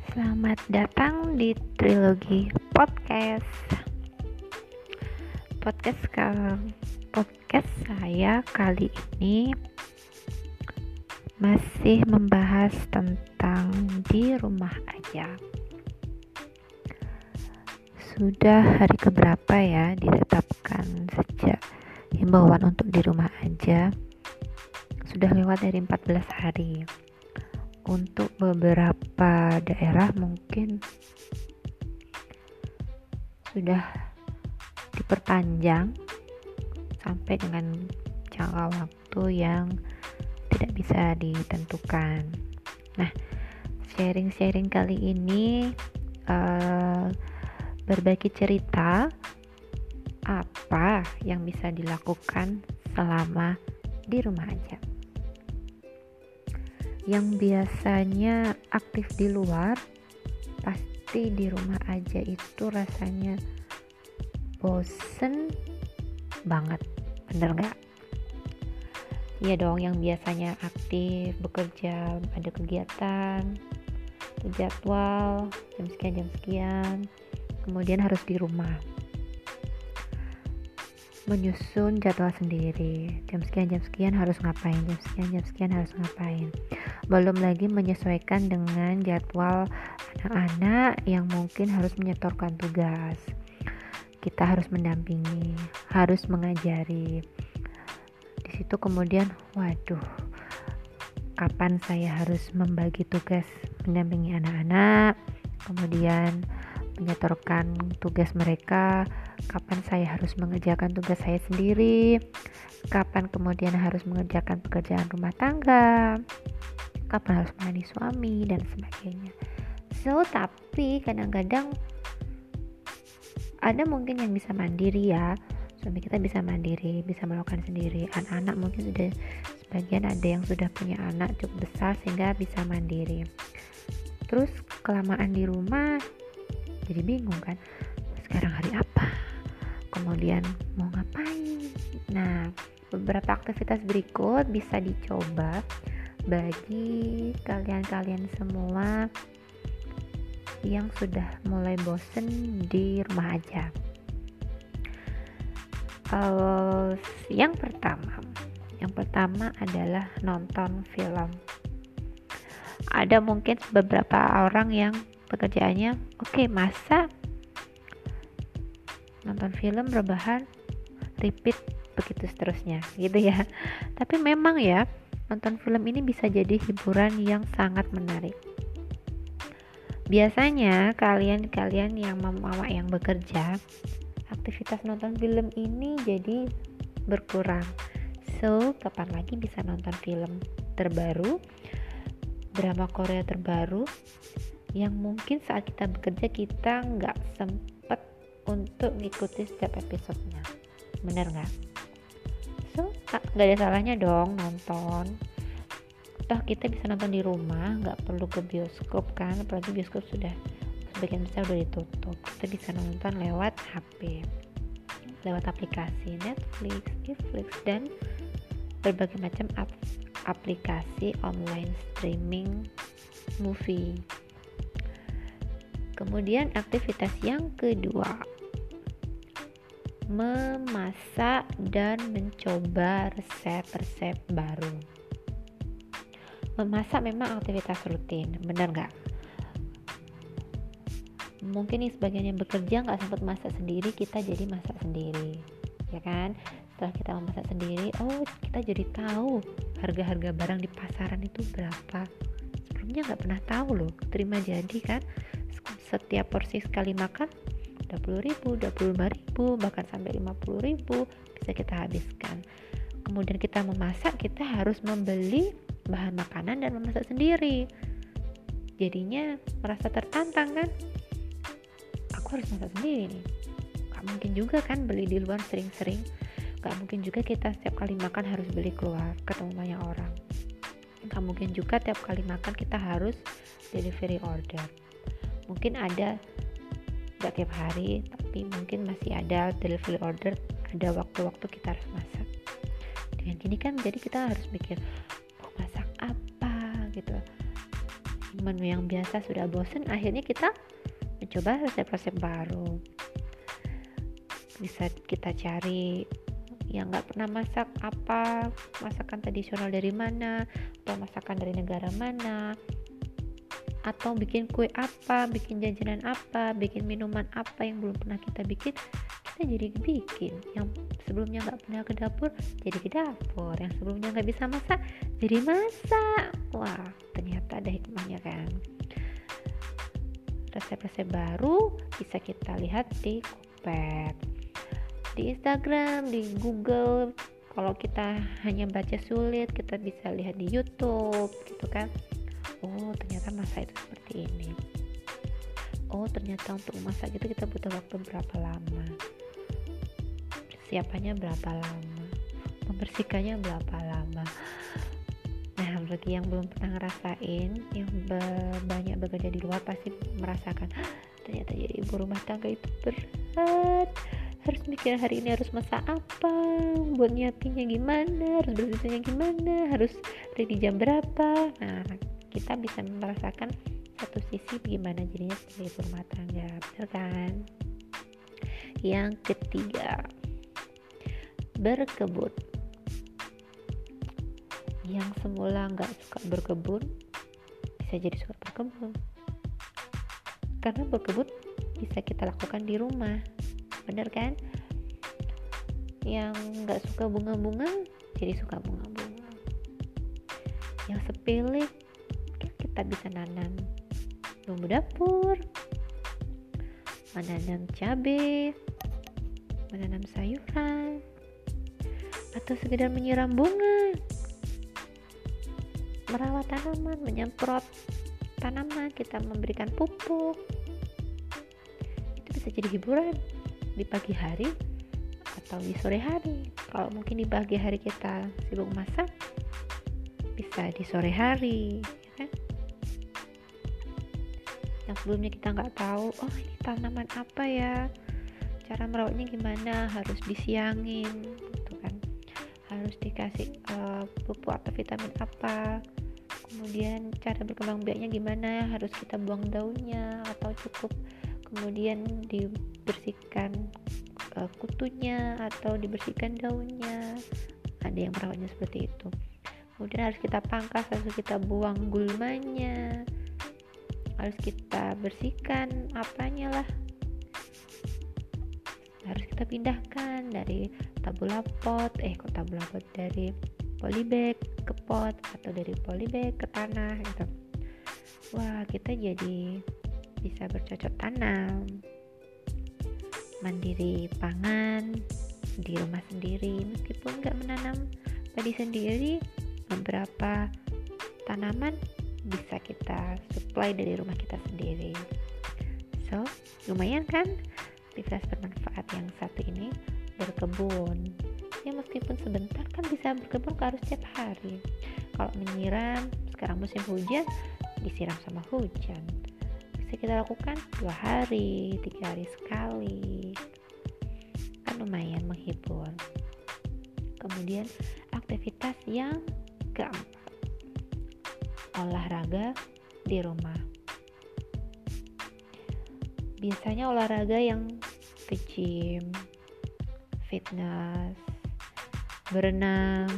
Selamat datang di Trilogi Podcast. Podcast saya kali ini masih membahas tentang di rumah aja. Sudah hari keberapa ya ditetapkan sejak himbauan untuk di rumah aja? Sudah lewat dari 14 hari. Untuk beberapa daerah mungkin sudah diperpanjang sampai dengan jangka waktu yang tidak bisa ditentukan. Nah, sharing kali ini berbagi cerita apa yang bisa dilakukan selama di rumah aja. Yang biasanya aktif di luar, pasti di rumah aja itu rasanya bosen banget, bener gak? Iya dong, yang biasanya aktif bekerja, ada kegiatan, jadwal jam sekian, kemudian harus di rumah menyusun jadwal sendiri, jam sekian harus ngapain, jam sekian harus ngapain. Belum lagi menyesuaikan dengan jadwal anak-anak yang mungkin harus menyetorkan tugas. Kita harus mendampingi, harus mengajari. Di situ kemudian, waduh, kapan saya harus membagi tugas mendampingi anak-anak, kemudian menyetorkan tugas mereka, kapan saya harus mengerjakan tugas saya sendiri, kapan kemudian harus mengerjakan pekerjaan rumah tangga, kapan harus melayani suami, dan sebagainya. Tapi kadang-kadang ada mungkin yang bisa mandiri ya, suami kita bisa mandiri, bisa melakukan sendiri. Anak-anak mungkin sudah sebagian ada yang sudah punya anak cukup besar sehingga bisa mandiri. Terus kelamaan di rumah jadi bingung kan, sekarang hari apa, kemudian mau ngapain. Nah, beberapa aktivitas berikut bisa dicoba bagi kalian semua yang sudah mulai bosen di rumah aja. Yang pertama adalah nonton film. Ada mungkin beberapa orang yang pekerjaannya masa nonton film, rebahan, repeat begitu seterusnya gitu ya. Tapi memang ya, nonton film ini bisa jadi hiburan yang sangat menarik. Biasanya kalian yang mama yang bekerja, aktivitas nonton film ini jadi berkurang. Kapan lagi bisa nonton film terbaru, drama Korea terbaru yang mungkin saat kita bekerja kita nggak sempet untuk ngikuti setiap episodenya, bener nggak? Nggak ada salahnya dong nonton. Toh kita bisa nonton di rumah, nggak perlu ke bioskop kan, apalagi bioskop sudah sebagian besar udah ditutup. Kita bisa nonton lewat HP, lewat aplikasi Netflix, Netflix, dan berbagai macam aplikasi online streaming movie. Kemudian aktivitas yang kedua, memasak dan mencoba resep-resep baru. Memasak memang aktivitas rutin, benar nggak? Mungkin nih sebagian yang bekerja nggak sempat masak sendiri, kita jadi masak sendiri, ya kan? Setelah kita memasak sendiri, kita jadi tahu harga-harga barang di pasaran itu berapa. Sebelumnya nggak pernah tahu loh, terima jadi kan? Setiap porsi sekali makan 20.000, 25.000, bahkan sampai 50.000 bisa kita habiskan. Kemudian kita memasak, kita harus membeli bahan makanan dan memasak sendiri. Jadinya merasa tertantang kan? Aku harus masak sendiri nih. Gak mungkin juga kan beli di luar sering-sering. Gak mungkin juga kita setiap kali makan harus beli keluar ketemu banyak orang. Gak mungkin juga tiap kali makan kita harus delivery order. Mungkin ada gak tiap hari, tapi mungkin masih ada delivery order, ada waktu-waktu kita harus masak. Dengan gini kan jadi kita harus mikir mau masak apa gitu, menu yang biasa sudah bosen, akhirnya kita mencoba resep-resep baru. Bisa kita cari yang nggak pernah masak, apa masakan tradisional dari mana, atau masakan dari negara mana, atau bikin kue apa, bikin jajanan apa, bikin minuman apa yang belum pernah kita bikin, kita jadi bikin. Yang sebelumnya nggak pernah ke dapur, jadi ke dapur. Yang sebelumnya nggak bisa masak, jadi masak. Wah, ternyata ada hikmahnya kan. Resep-resep baru bisa kita lihat di Cookpad, di Instagram, di Google. Kalau kita hanya baca sulit, kita bisa lihat di YouTube gitu kan. Oh, ternyata masak itu seperti ini. Oh, ternyata untuk memasak itu kita butuh waktu berapa lama, persiapannya berapa lama, membersihkannya berapa lama. Nah, bagi yang belum pernah ngerasain, yang banyak bekerja di luar pasti merasakan, ternyata jadi ibu rumah tangga itu berat. Harus mikir hari ini harus masak apa, buat nyiapinnya gimana, harus bersihnya gimana, harus ready jam berapa. Nah, kita bisa merasakan satu sisi gimana jadinya sebagai ibu rumah tangga, betul kan? Yang ketiga, berkebun. Yang semula nggak suka berkebun bisa jadi suka berkebun, karena berkebun bisa kita lakukan di rumah, bener kan? Yang nggak suka bunga-bunga jadi suka bunga-bunga. Yang sepele kan kita bisa nanam bumbu dapur, menanam cabai, menanam sayuran, atau sekedar menyiram bunga, merawat tanaman, menyemprot tanaman, kita memberikan pupuk. Itu bisa jadi hiburan di pagi hari atau di sore hari. Kalau mungkin di pagi hari kita sibuk masak, bisa di sore hari, ya kan? Yang sebelumnya kita nggak tahu, oh ini tanaman apa ya, cara merawatnya gimana, harus disiangin gitu kan, harus dikasih pupuk atau vitamin apa, kemudian cara berkembang biaknya gimana, harus kita buang daunnya atau cukup kemudian dibersihkan kutunya atau dibersihkan daunnya. Ada yang merawatnya seperti itu. Kemudian harus kita pangkas, harus kita buang gulmanya, harus kita bersihkan apanya lah, harus kita pindahkan dari tabula pot dari polybag ke pot atau dari polybag ke tanah gitu. Wah, kita jadi bisa bercocok tanam, mandiri pangan di rumah sendiri, meskipun nggak menanam padi sendiri, beberapa tanaman bisa kita supply dari rumah kita sendiri. So, lumayan kan aktivitas bermanfaat yang satu ini, berkebun. Ya meskipun sebentar kan bisa berkebun, harus setiap hari. Kalau menyiram, sekarang musim hujan, disiram sama hujan. Bisa kita lakukan 2 hari, 3 hari sekali. Kan lumayan menghibur. Kemudian aktivitas yang keempat, olahraga di rumah. Biasanya olahraga yang ke gym, fitness, berenang,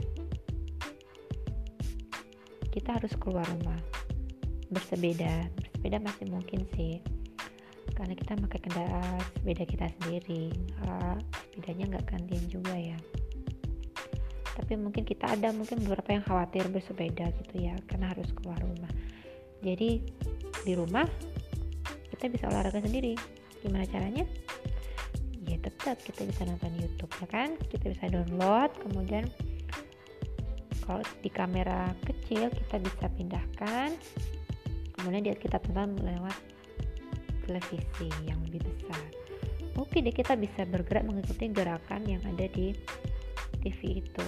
kita harus keluar rumah. Bersepeda masih mungkin sih, karena kita pakai kendaraan sepeda kita sendiri. Sepedanya nggak gantian juga ya, tapi mungkin kita ada beberapa yang khawatir bersepeda gitu ya, karena harus keluar rumah. Jadi di rumah kita bisa olahraga sendiri. Gimana caranya? Ya tetap kita bisa nonton YouTube ya kan, kita bisa download, kemudian kalau di kamera kecil kita bisa pindahkan, kemudian dia kita tonton lewat televisi yang lebih besar. Oke deh, kita bisa bergerak mengikuti gerakan yang ada di TV itu.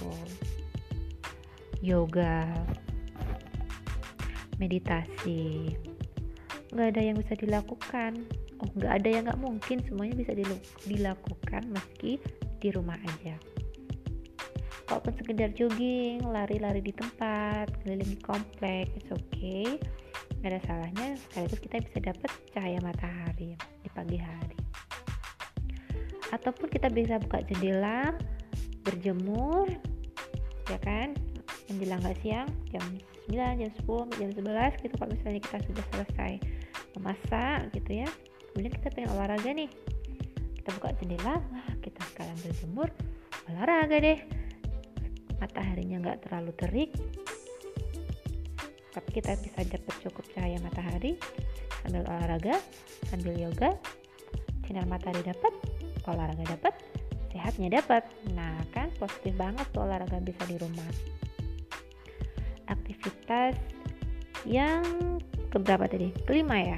Yoga, meditasi, nggak ada yang bisa dilakukan. Nggak ada yang nggak mungkin, semuanya bisa dilakukan meski di rumah aja. Kalaupun sekedar jogging, lari-lari di tempat, keliling komplek, it's okay. nggak ada salahnya sekaligus kita bisa dapat cahaya matahari di pagi hari. Ataupun kita bisa buka jendela, berjemur, ya kan, menjelang nggak siang, jam 9, jam 10, jam 11 gitu. Kalau misalnya kita sudah selesai memasak gitu ya, kemudian kita pengen olahraga nih, kita buka jendela, kita sekalian berjemur, olahraga deh. Mataharinya nggak terlalu terik, tapi kita bisa dapat cukup cahaya matahari sambil olahraga, sambil yoga, sinar matahari dapat, olahraga dapat, sehatnya dapat. Nah kan positif banget tuh olahraga bisa di rumah. Aktivitas yang keberapa tadi? Kelima ya,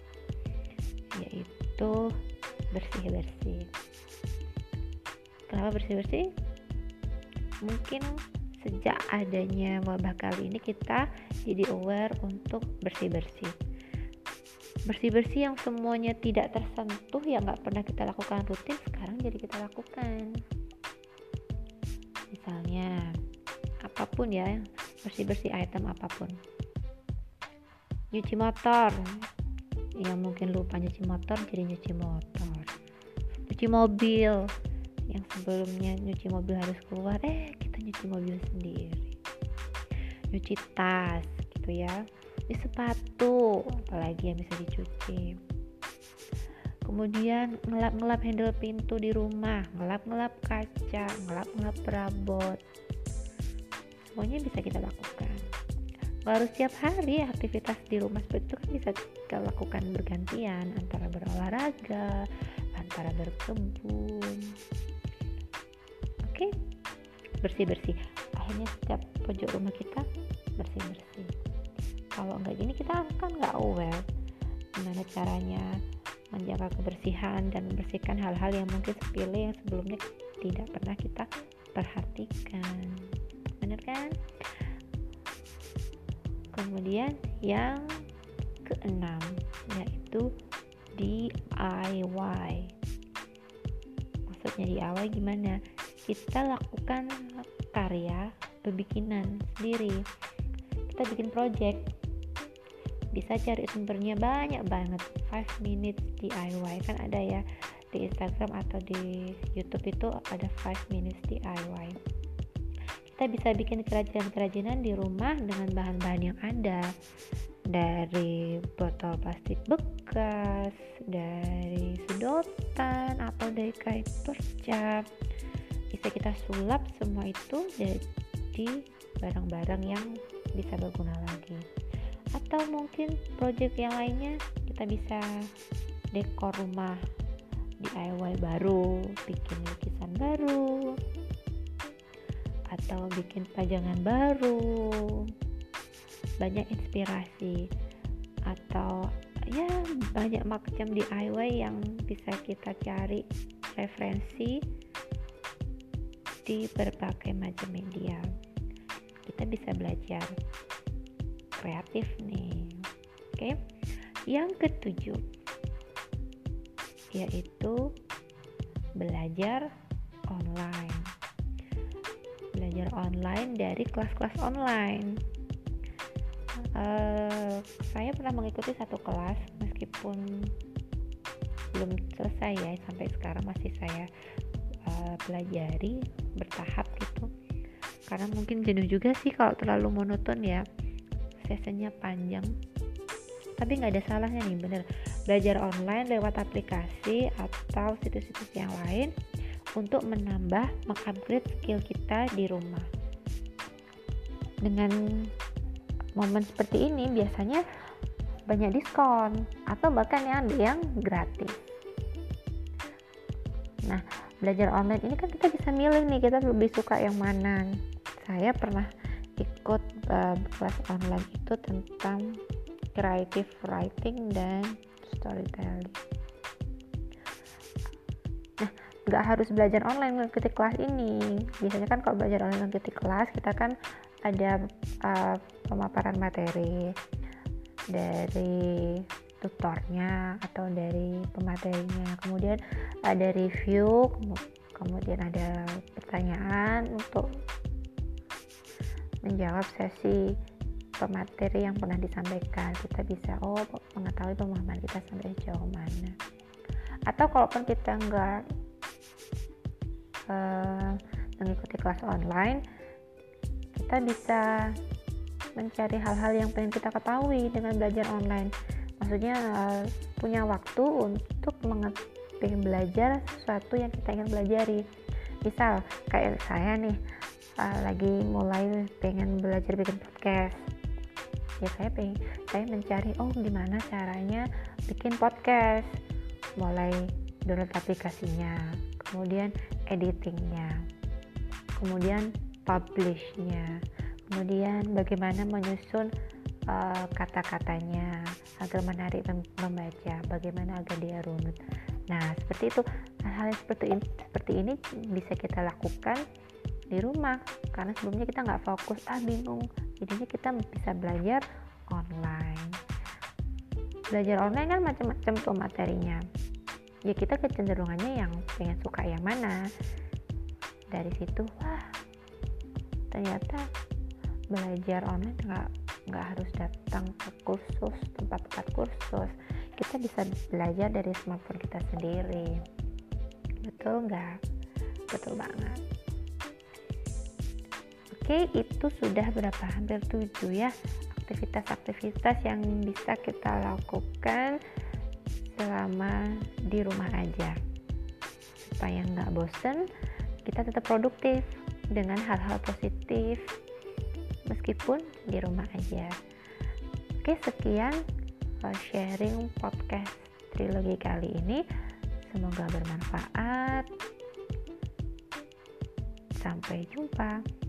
yaitu bersih-bersih. Kenapa bersih-bersih? Mungkin sejak adanya wabah kali ini kita jadi aware untuk bersih-bersih. Bersih-bersih yang semuanya tidak tersentuh, yang gak pernah kita lakukan rutin, sekarang jadi kita lakukan. Misalnya apapun ya, bersih-bersih item apapun. Nyuci motor, yang mungkin lupa nyuci motor jadi nyuci motor. Nyuci mobil, yang sebelumnya nyuci mobil harus keluar, kita nyuci mobil sendiri. Nyuci tas gitu ya, nyuci sepatu, apalagi yang bisa dicuci. Kemudian ngelap-ngelap handle pintu di rumah, ngelap-ngelap kaca, ngelap-ngelap perabot, semuanya bisa kita lakukan. Gak harus setiap hari aktivitas di rumah seperti itu, kan bisa kita lakukan bergantian, antara berolahraga, antara berkebun. Oke, bersih-bersih. Akhirnya setiap pojok rumah kita bersih-bersih. Kalau nggak gini kita kan nggak aware gimana caranya menjaga kebersihan dan membersihkan hal-hal yang mungkin sepele yang sebelumnya tidak pernah kita perhatikan. Benar kan? Kemudian yang keenam yaitu DIY. Maksudnya DIY gimana? Kita lakukan karya bikinan sendiri. Kita bikin project, bisa cari sumbernya banyak banget. 5 minutes DIY kan ada ya di Instagram atau di YouTube, itu ada 5 minutes DIY. Kita bisa bikin kerajinan-kerajinan di rumah dengan bahan-bahan yang ada, dari botol plastik bekas, dari sedotan, atau dari kain perca. Bisa kita sulap semua itu jadi barang-barang yang bisa berguna lagi. Atau mungkin project yang lainnya, kita bisa dekor rumah DIY baru, bikin lukisan baru, atau bikin pajangan baru. Banyak inspirasi, atau ya banyak macam DIY yang bisa kita cari referensi di berbagai macam media. Kita bisa belajar kreatif nih. Oke. Yang ketujuh yaitu belajar online. Belajar online dari kelas-kelas online. Saya pernah mengikuti satu kelas, meskipun belum selesai ya, sampai sekarang masih saya pelajari bertahap gitu, karena mungkin jenuh juga sih kalau terlalu monoton ya, sesinya panjang. Tapi nggak ada salahnya nih, bener, belajar online lewat aplikasi atau situs-situs yang lain untuk menambah, mengupgrade skill kita di rumah. Dengan momen seperti ini biasanya banyak diskon atau bahkan yang gratis. Nah, belajar online ini kan kita bisa milih nih, kita lebih suka yang mana. Saya pernah ikut kelas online itu tentang creative writing dan storytelling. Nah, nggak harus belajar online mengikuti kelas ini. Biasanya kan kalau belajar online mengikuti kelas, kita kan ada pemaparan materi dari tutornya atau dari pematerinya, kemudian ada review, kemudian ada pertanyaan untuk menjawab sesi pemateri yang pernah disampaikan, kita bisa mengetahui pemahaman kita sampai sejauh mana. Atau kalaupun kita nggak mengikuti kelas online, kita bisa mencari hal-hal yang pengen kita ketahui dengan belajar online. Maksudnya punya waktu untuk pengen belajar sesuatu yang kita ingin pelajari. Misal kayak saya nih lagi mulai pengen belajar bikin podcast, ya saya mencari gimana caranya bikin podcast, mulai download aplikasinya, kemudian editingnya, kemudian publishnya, kemudian bagaimana menyusun kata-katanya agar menarik membaca, bagaimana agar dia runut. Nah, seperti itu, hal-hal seperti ini bisa kita lakukan di rumah, karena sebelumnya kita nggak fokus, bingung, jadinya kita bisa belajar online. Belajar online kan macam-macam tuh materinya, ya kita kecenderungannya yang pengen suka yang mana. Dari situ ternyata belajar online nggak harus datang ke kursus, tempat-tempat kursus, kita bisa belajar dari smartphone kita sendiri. Betul nggak? Betul banget. Oke, itu sudah hampir 7 ya aktivitas-aktivitas yang bisa kita lakukan selama di rumah aja, supaya nggak bosen, kita tetap produktif dengan hal-hal positif meskipun di rumah aja. Oke, sekian sharing podcast trilogi kali ini, semoga bermanfaat. Sampai jumpa.